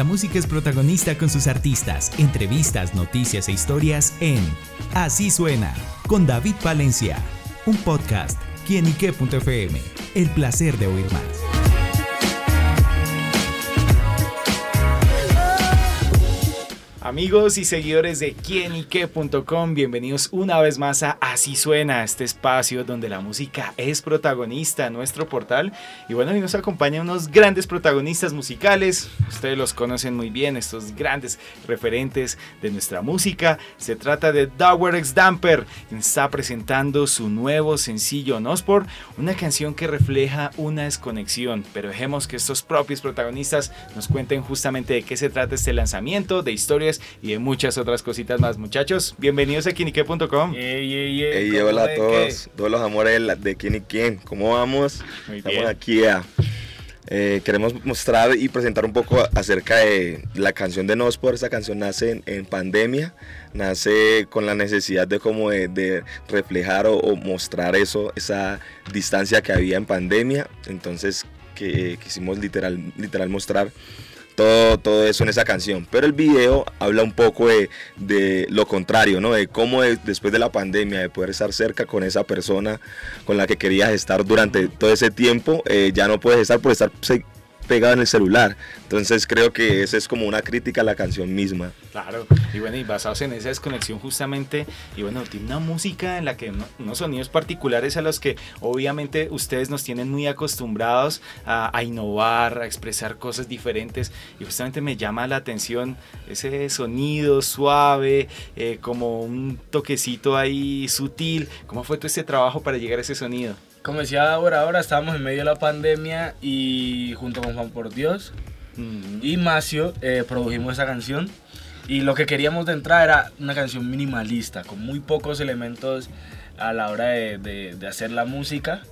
La música es protagonista con sus artistas, entrevistas, noticias e historias en Así Suena, con David Valencia. Un podcast, quienique.fm. El placer de oír más. Amigos y seguidores de quienique.com, bienvenidos una vez más a Así Suena, este espacio donde la música es protagonista en nuestro portal. Y bueno, hoy nos acompañan unos grandes protagonistas musicales, ustedes los conocen muy bien, estos grandes referentes de nuestra música. Se trata de Douwer X Damper, quien está presentando su nuevo sencillo Nospor, una canción que refleja una desconexión, pero dejemos que estos propios protagonistas nos cuenten justamente de qué se trata este lanzamiento, de historias y de muchas otras cositas más. Muchachos, bienvenidos a quienique.com. Hola a todos los amores de Quienique. ¿Cómo vamos? Muy Estamos bien. aquí queremos mostrar y presentar un poco acerca de la canción de Nospor. Esta canción nace en pandemia, nace con la necesidad de reflejar o mostrar esa distancia que había en pandemia. Entonces que quisimos literal mostrar todo eso en esa canción, pero el video habla un poco de lo contrario, ¿no? De cómo después de la pandemia, de poder estar cerca con esa persona con la que querías estar durante todo ese tiempo, ya no puedes estar por estar pegado en el celular. Entonces creo que esa es como una crítica a la canción misma. Claro, y bueno, y basados en esa desconexión justamente, y bueno, tiene una música en la que unos sonidos particulares a los que obviamente ustedes nos tienen muy acostumbrados a innovar, a expresar cosas diferentes, y justamente me llama la atención ese sonido suave, como un toquecito ahí sutil. ¿Cómo fue todo este trabajo para llegar a ese sonido? Como decía ahora estábamos en medio de la pandemia y junto con Juan por Dios y Macio produjimos esa canción, y lo que queríamos de entrada era una canción minimalista, con muy pocos elementos a la hora de hacer la música,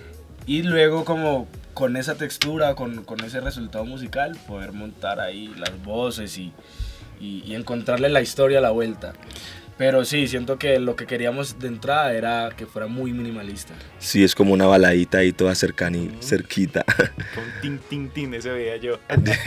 y luego como con esa textura, con ese resultado musical, poder montar ahí las voces y encontrarle la historia a la vuelta. Pero sí, siento que lo que queríamos de entrada era que fuera muy minimalista. Sí, es como una baladita ahí toda cerquita. Con tin, tin, tin, ese veía yo.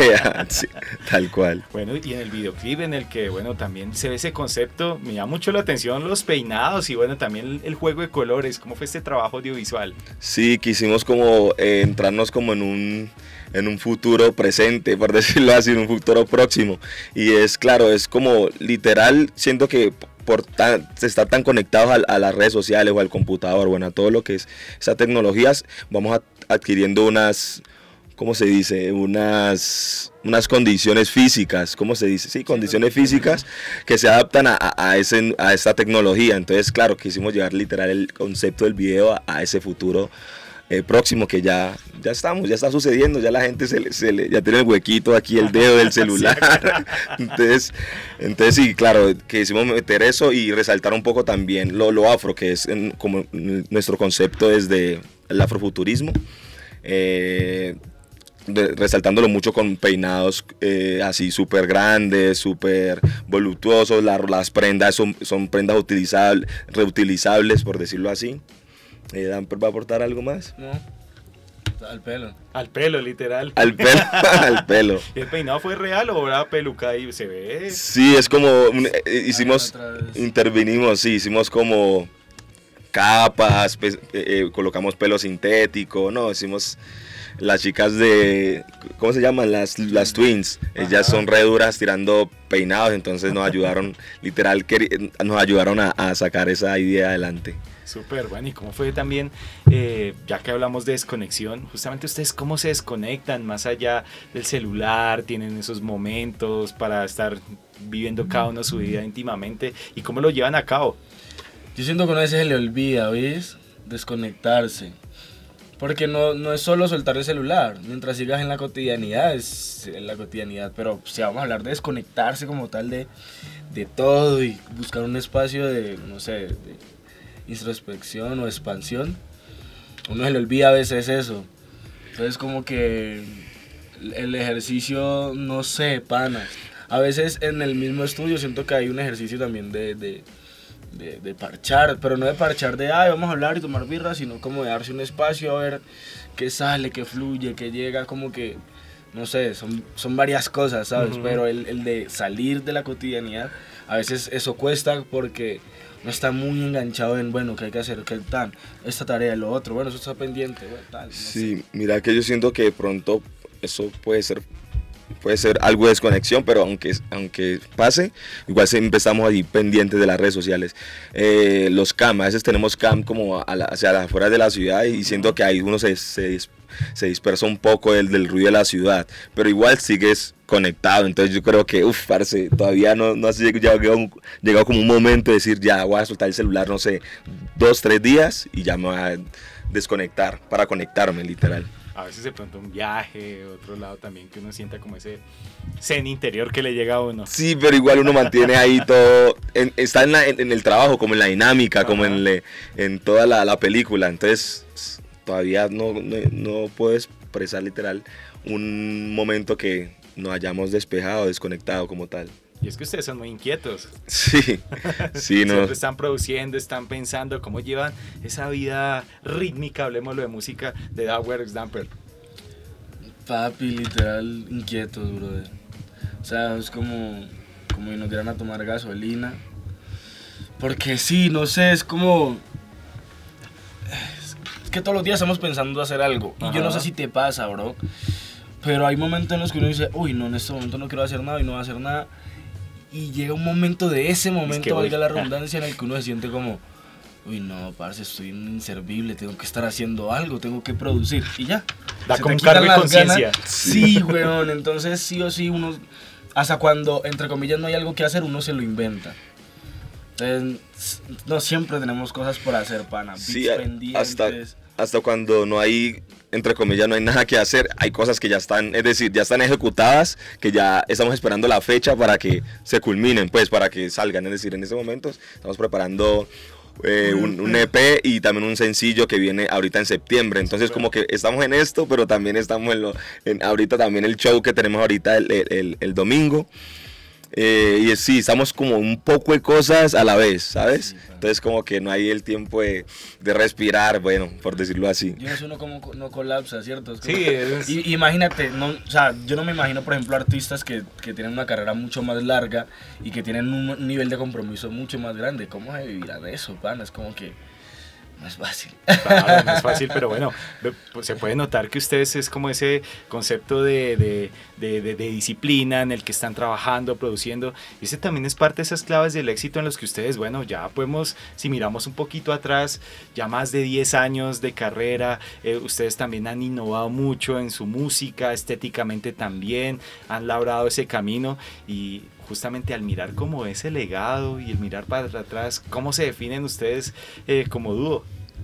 Sí, tal cual. Bueno, y en el videoclip en el que, bueno, también se ve ese concepto, me llama mucho la atención los peinados y, bueno, también el juego de colores. ¿Cómo fue este trabajo audiovisual? Sí, quisimos como entrarnos como en un futuro presente, por decirlo así, en un futuro próximo. Y es claro, es como literal, siento que estar tan conectados a las redes sociales o al computador, bueno, a todo lo que es esas tecnologías, vamos adquiriendo unas, ¿cómo se dice? Unas condiciones físicas, ¿cómo se dice? Sí, condiciones físicas que se adaptan a esa tecnología. Entonces, claro, quisimos llevar literal el concepto del video a ese futuro próximo, que ya está sucediendo, ya la gente ya tiene el huequito aquí, el dedo del celular. entonces sí, claro, que hicimos meter eso y resaltar un poco también lo afro, que es como nuestro concepto desde el afrofuturismo, resaltándolo mucho con peinados así súper grandes, súper voluptuosos. Las prendas son prendas reutilizables, por decirlo así. ¿Damper va a aportar algo más? No, al pelo. Al pelo, literal. Al pelo. ¿Y el peinado fue real o era peluca y se ve? Sí, es como, intervinimos, sí, hicimos como capas, colocamos pelo sintético, no, hicimos las chicas ¿cómo se llaman? Las twins, ellas son re duras tirando peinados, entonces nos ayudaron, literal, nos ayudaron a sacar esa idea adelante. Súper, bueno, y cómo fue también, ya que hablamos de desconexión, justamente ustedes cómo se desconectan más allá del celular, tienen esos momentos para estar viviendo cada uno su vida íntimamente, y cómo lo llevan a cabo. Yo siento que a veces se le olvida, ¿ves? Desconectarse. Porque no es solo soltar el celular, mientras sigas en la cotidianidad, es en la cotidianidad, pero si vamos a hablar de desconectarse como tal de todo y buscar un espacio de, no sé, de introspección o expansión, uno se le olvida a veces eso. Entonces como que el ejercicio, no sé, pana. A veces en el mismo estudio siento que hay un ejercicio también de parchar, pero no de parchar vamos a hablar y tomar birra, sino como de darse un espacio a ver qué sale, qué fluye, qué llega, como que no sé, son varias cosas, ¿sabes? Ujú. Pero el de salir de la cotidianidad, a veces eso cuesta porque no está muy enganchado en, bueno, ¿qué hay que hacer? ¿Qué tal? Esta tarea, lo otro, bueno, eso está pendiente, bueno, tal. No sé. Sí, mira que yo siento que de pronto eso puede ser algo de desconexión, pero aunque pase, igual siempre estamos ahí pendientes de las redes sociales. Los cam, a veces tenemos cam como hacia las afueras de la ciudad y siento que ahí uno se dispersa un poco del ruido de la ciudad, pero igual sigues conectado. Entonces yo creo que, parce, todavía no ha llegado como un momento de decir, ya voy a soltar el celular, no sé, 2-3 días y ya me voy a desconectar para conectarme, literal. A veces de pronto un viaje, otro lado también que uno sienta como ese zen interior que le llega a uno. Sí, pero igual uno mantiene ahí todo, está en el trabajo, como en la dinámica, como en toda la película. Entonces todavía no puedo expresar literal un momento que nos hayamos despejado, desconectado como tal. Y es que ustedes son muy inquietos. Sí, sí, no. Siempre están produciendo, están pensando cómo llevan esa vida rítmica, hablemoslo de música, de Dagger Damper. Papi, literal, inquietos, brother. O sea, es como si nos dieran a tomar gasolina. Porque sí, no sé, es como... Es que todos los días estamos pensando hacer algo. Y yo no sé si te pasa, bro. Pero hay momentos en los que uno dice, uy, no, en este momento no quiero hacer nada y no voy a hacer nada. Y llega un momento de ese momento, valga la redundancia, en el que uno se siente como, uy, no, parce, estoy inservible, tengo que estar haciendo algo, tengo que producir. Y ya. Da Se como te un quitan cargo de las conciencia. ganas. Sí, weón, entonces sí o sí uno, hasta cuando, entre comillas, no hay algo que hacer, uno se lo inventa. Entonces, no siempre tenemos cosas por hacer, pana. Beats Sí, pendientes. hasta cuando no hay, entre comillas, no hay nada que hacer, hay cosas que ya están, es decir, ya están ejecutadas, que ya estamos esperando la fecha para que se culminen, pues, para que salgan. Es decir, en estos momentos estamos preparando un EP y también un sencillo que viene ahorita en septiembre. Entonces, como que estamos en esto, pero también estamos ahorita también el show que tenemos ahorita el domingo. Y sí, estamos como un poco de cosas a la vez, ¿sabes? Sí, Entonces como que no hay el tiempo de respirar, bueno, por decirlo así. Yo no sé uno cómo no colapsa, ¿cierto? Es como- Sí, Imagínate, no, o sea, yo no me imagino, por ejemplo, artistas que tienen una carrera mucho más larga y que tienen un nivel de compromiso mucho más grande. ¿Cómo se vivirá de eso, pana? Es como que no es fácil. claro, no es fácil, pero bueno, pues se puede notar que ustedes es como ese concepto de disciplina en el que están trabajando, produciendo, y ese también es parte de esas claves del éxito en los que ustedes, bueno, ya podemos, si miramos un poquito atrás, ya más de 10 años de carrera, ustedes también han innovado mucho en su música, estéticamente también, han labrado ese camino y justamente al mirar como ese legado y el mirar para atrás, ¿cómo se definen ustedes como dúo?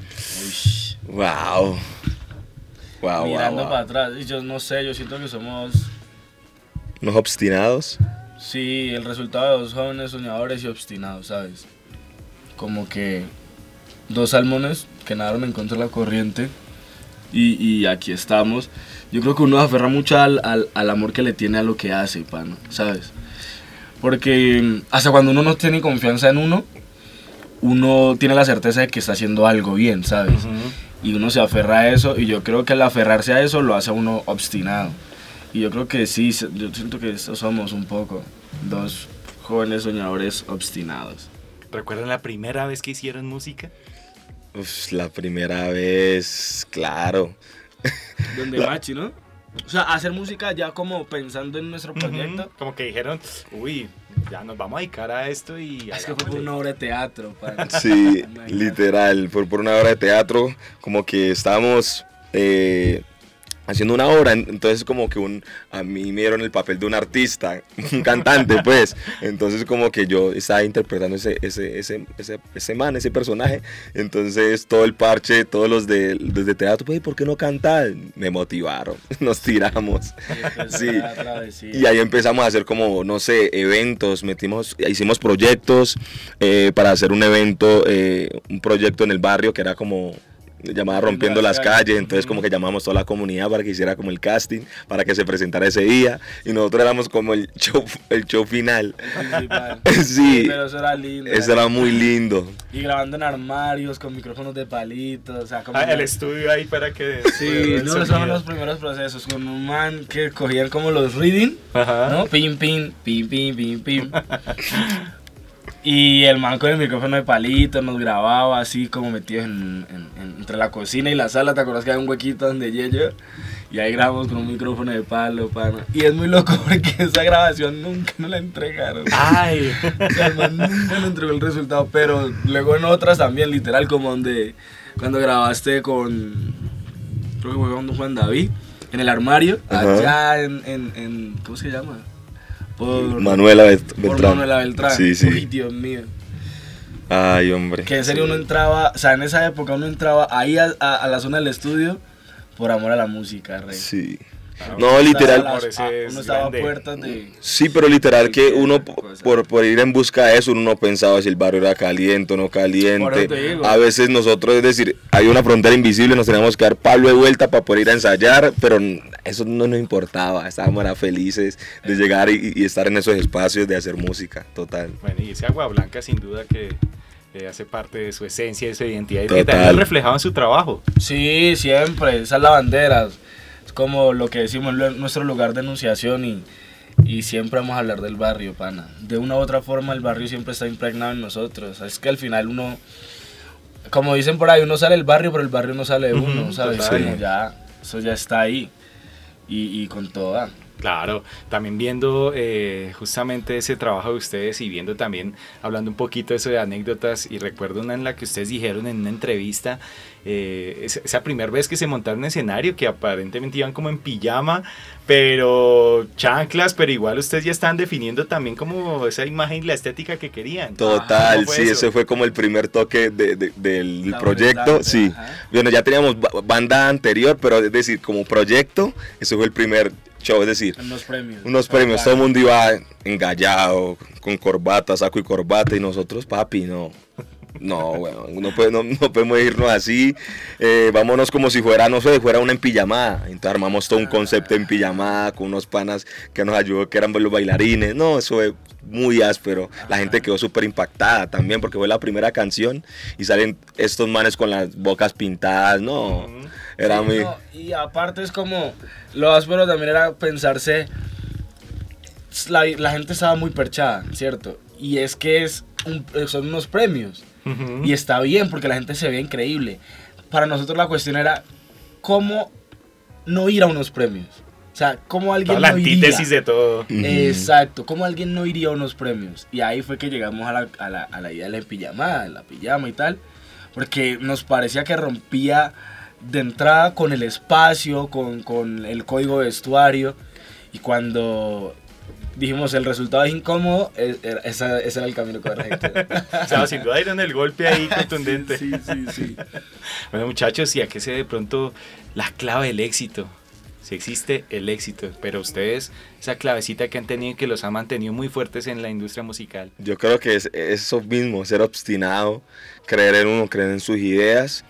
Wow. Wow, Mirando wow. para atrás, y yo no sé, yo siento que somos, Unos obstinados. sí, el resultado de dos jóvenes soñadores y obstinados, ¿sabes? Como que dos salmones que nadaron en contra de la corriente y aquí estamos. Yo creo que uno se aferra mucho al amor que le tiene a lo que hace, pana, ¿sabes? Porque hasta cuando uno no tiene confianza en uno tiene la certeza de que está haciendo algo bien, ¿sabes? Y uno se aferra a eso, y yo creo que al aferrarse a eso lo hace a uno obstinado. Y yo creo que sí, yo siento que eso somos un poco, dos jóvenes soñadores obstinados. ¿Recuerdan la primera vez que hicieron música? Uf, la primera vez, claro. Donde Machi, ¿no? O sea, hacer música ya como pensando en nuestro proyecto. Como que dijeron, uy, ya nos vamos a dedicar a esto y... Es que fue por una obra de teatro, pana. Sí, Imagínate. literal, fue por una obra de teatro, como que estábamos haciendo una obra, entonces como que a mí me dieron el papel de un artista, un cantante pues, entonces como que yo estaba interpretando ese man, ese personaje, entonces todo el parche, todos los desde teatro, pues, ¿por qué no cantar? Me motivaron, nos tiramos, sí, y ahí empezamos a hacer como, no sé, eventos, hicimos proyectos para hacer un evento, un proyecto en el barrio que era como llamada Rompiendo las Calles, entonces como que llamamos toda la comunidad para que hiciera como el casting, para que se presentara ese día, y nosotros éramos como el show final. El principal. Sí, pero eso era lindo. Eso era muy lindo. Y grabando en armarios con micrófonos de palitos, o sea, como... el estudio ahí para que... Sí, no, esos son los primeros procesos, con un man que cogían como los reading, Ajá. ¿no? Pim, pim, pim, pim, pim, pim. Y el man con el micrófono de palito nos grababa así como metidos entre la cocina y la sala. ¿Te acuerdas que había un huequito donde yo? Y ahí grabamos con un micrófono de palo, pana. Y es muy loco porque esa grabación nunca nos la entregaron. Ay. O sea, el man nunca nos entregó el resultado, pero luego en otras también, literal, como cuando grabaste con, creo que fue con Juan David, en el armario, allá en ¿cómo se llama? Por Manuela Beltrán. Por Manuela Beltrán. Sí, sí. Uy, Dios mío. Ay, hombre. Que en serio uno entraba, o sea, en esa época uno entraba ahí a la zona del estudio por amor a la música, rey. Sí. No, literal. Uno estaba a puertas de... Sí, pero literal que uno por ir en busca de eso, uno no pensaba si el barrio era caliente o no caliente. A veces nosotros, es decir, hay una frontera invisible, nos teníamos que dar palo de vuelta para poder ir a ensayar, pero eso no nos importaba, estábamos felices de llegar y estar en esos espacios de hacer música, total. Bueno, y ese Agua Blanca sin duda que hace parte de su esencia, de su identidad, y que también reflejado en su trabajo. Sí, siempre, esa es la bandera. Es como lo que decimos, nuestro lugar de enunciación y siempre vamos a hablar del barrio, pana. De una u otra forma el barrio siempre está impregnado en nosotros. Es que al final uno, como dicen por ahí, uno sale del barrio, pero el barrio no sale de uno, ¿sabes? Sí. Como ya, eso ya está ahí y con toda. Claro, también viendo justamente ese trabajo de ustedes y viendo también, hablando un poquito de eso de anécdotas, y recuerdo una en la que ustedes dijeron en una entrevista, esa primera vez que se montaron en escenario, que aparentemente iban como en pijama, pero chanclas, pero igual ustedes ya estaban definiendo también como esa imagen y la estética que querían. Total, sí, ese fue como el primer toque del proyecto, sí. Bueno, ya teníamos banda anterior, pero es decir, como proyecto, ese fue el primer show, es decir, unos premios, todo el mundo iba engallado, con corbata, saco y corbata, y nosotros, papi, no, bueno, no podemos irnos así, vámonos como si fuera una empijamada. Entonces armamos todo un concepto de empijamada con unos panas que nos ayudó, que eran los bailarines. No, eso fue muy áspero. La gente quedó súper impactada también porque fue la primera canción y salen estos manes con las bocas pintadas, no, era sí, muy... No, y aparte es como, lo áspero también era pensarse, la gente estaba muy perchada, ¿cierto? Y es que son unos premios. Y está bien porque la gente se ve increíble. Para nosotros la cuestión era cómo no ir a unos premios. O sea, cómo alguien la no antítesis iría. de todo. Exacto, cómo alguien no iría a unos premios. Y ahí fue que llegamos a la idea de la pijama y tal. Porque nos parecía que rompía de entrada con el espacio, con el código de vestuario. Y cuando dijimos el resultado es incómodo, ese era el camino correcto. O sea, sin duda dieron el golpe ahí contundente. Sí. Bueno, muchachos, ¿y a qué se de pronto la clave del éxito? Si existe el éxito, pero ustedes, esa clavecita que han tenido y que los ha mantenido muy fuertes en la industria musical. Yo creo que es eso mismo, ser obstinado, creer en uno, creer en sus ideas.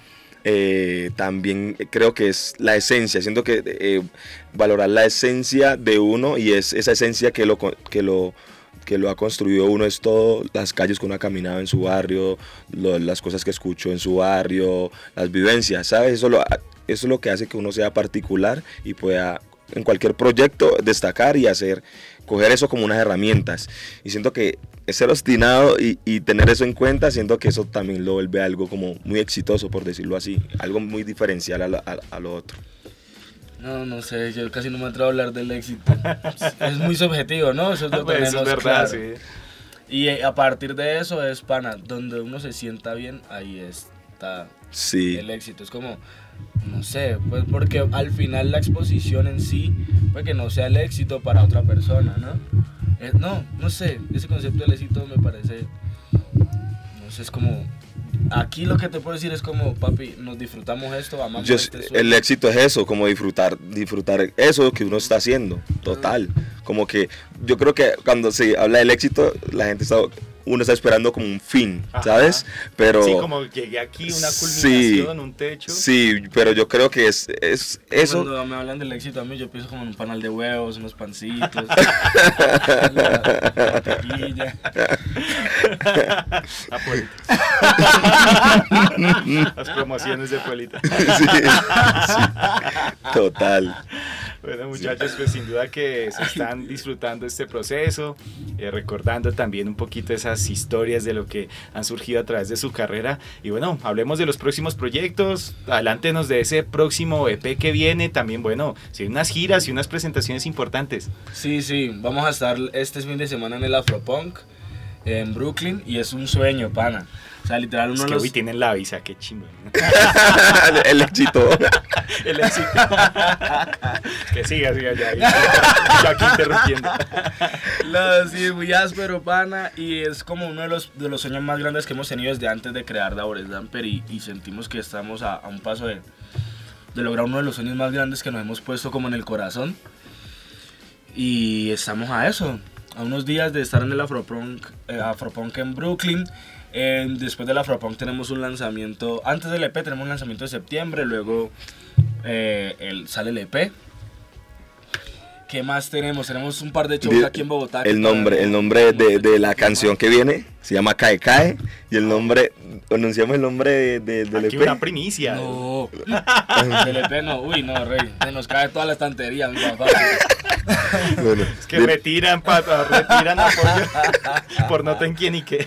También creo que es la esencia, siento que valorar la esencia de uno, y es esa esencia que lo ha construido uno, es todo, las calles que uno ha caminado en su barrio, las cosas que escuchó en su barrio, las vivencias, ¿sabes? Eso es lo que hace que uno sea particular y pueda en cualquier proyecto destacar y coger eso como unas herramientas. Y siento que ser obstinado y tener eso en cuenta, siento que eso también lo vuelve algo como muy exitoso, por decirlo así, algo muy diferencial a lo otro. No sé, yo casi no me atrevo a hablar del éxito. Es muy subjetivo, ¿no? Eso es lo que tenemos, eso es verdad, claro. sí. Y a partir de eso es, pana, donde uno se sienta bien, ahí está el éxito. Es como, no sé, pues porque al final la exposición en sí puede que no sea el éxito para otra persona, ¿no? No sé, ese concepto del éxito me parece, no sé, es como... Aquí lo que te puedo decir es como, papi, nos disfrutamos esto, amamos este sueño. El éxito es eso, como disfrutar eso que uno está haciendo, total. Como que yo creo que cuando se habla del éxito, la gente está uno está esperando como un fin, Ajá. ¿sabes? Pero Sí, como llegué aquí, una sí, culminación, un techo. sí, pero yo creo que es eso. Cuando me hablan del éxito a mí, yo pienso como en un panal de huevos, unos pancitos, la tequilla. Apolita. Las promociones de Apolita. Sí, sí, total. Bueno, muchachos, pues sin duda que se están disfrutando este proceso, recordando también un poquito esas historias de lo que han surgido a través de su carrera. Y bueno, hablemos de los próximos proyectos, adelántenos de ese próximo EP que viene. También, bueno, sí, unas giras y unas presentaciones importantes. Sí, vamos a estar este fin de semana en el Afropunk en Brooklyn y es un sueño, pana. O sea, literal, uno Es de que los... hoy tienen la visa, qué chimbo. El éxito. El éxito. Que siga ya. Yo aquí interrumpiendo. No, sí, muy áspero, pana, y es como uno de los sueños más grandes que hemos tenido desde antes de crear Dabores Damper y sentimos que estamos a un paso de lograr uno de los sueños más grandes que nos hemos puesto como en el corazón y estamos a eso, a unos días de estar en el Afropunk en Brooklyn. Después del Afropunk tenemos un lanzamiento, antes del EP tenemos un lanzamiento de septiembre, luego sale el EP. ¿Qué más tenemos? Tenemos un par de shows aquí en Bogotá. El nombre de la canción que viene se llama Cae Cae y el nombre, anunciamos el nombre del Aquí EP. una primicia. No, del EP no, uy no, rey, se nos cae toda la estantería, mi papá. Bueno, Es que retiran apoyo por no ten quién y qué.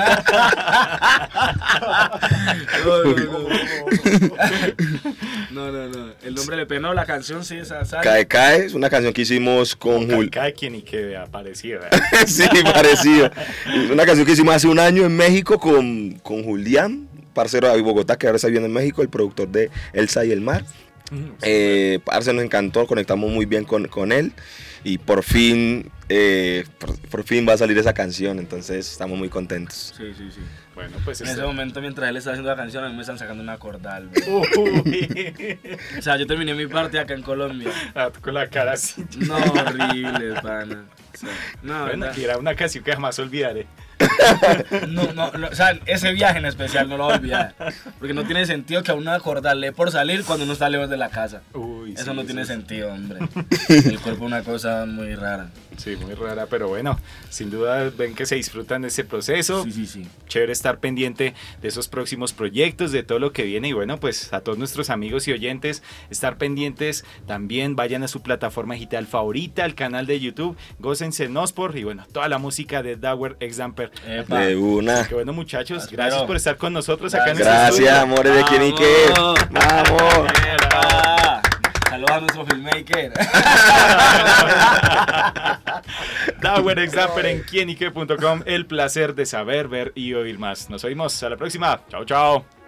No. El nombre del EP no, la canción sí, esa sale. Cae Cae es una canción que hicimos con Jul. Cada quien y que aparecido. Sí, parecido. Es una canción que hicimos hace un año en México con Julián, parcero de Bogotá, que ahora está viviendo en México, el productor de Elsa y el Mar. Parce, nos encantó, conectamos muy bien con él y por fin va a salir esa canción, entonces estamos muy contentos. Sí. Bueno, pues En ese momento, mientras él está haciendo la canción, a mí me están sacando una cordal. Uy. O sea, yo terminé mi parte acá en Colombia. Con la cara así. No, horrible, pana. O sea, no, Bueno, verdad. y era una canción que jamás olvidaré. No, o sea, ese viaje en especial no lo voy a olvidar. Porque no tiene sentido que a uno acordarle por salir cuando uno está lejos de la casa. Uy, Eso sí, no tiene sí. sentido, hombre. El cuerpo es una cosa muy rara. Sí, muy rara, pero bueno, sin duda ven que se disfrutan de ese proceso. Sí. Chévere estar pendiente de esos próximos proyectos, de todo lo que viene y bueno, pues a todos nuestros amigos y oyentes, estar pendientes, también vayan a su plataforma digital favorita, al canal de YouTube, gócense Nospor y bueno, toda la música de Dower X Damper. Epa. De una. Que bueno muchachos, Espero. gracias por estar con nosotros acá en este Gracias, estudio. amores de quién y qué. Vamos. Epa. Saludos a nuestro filmmaker. Dower X Damper en quienique.com, el placer de saber, ver y oír más. Nos oímos a la próxima. Chao, chao.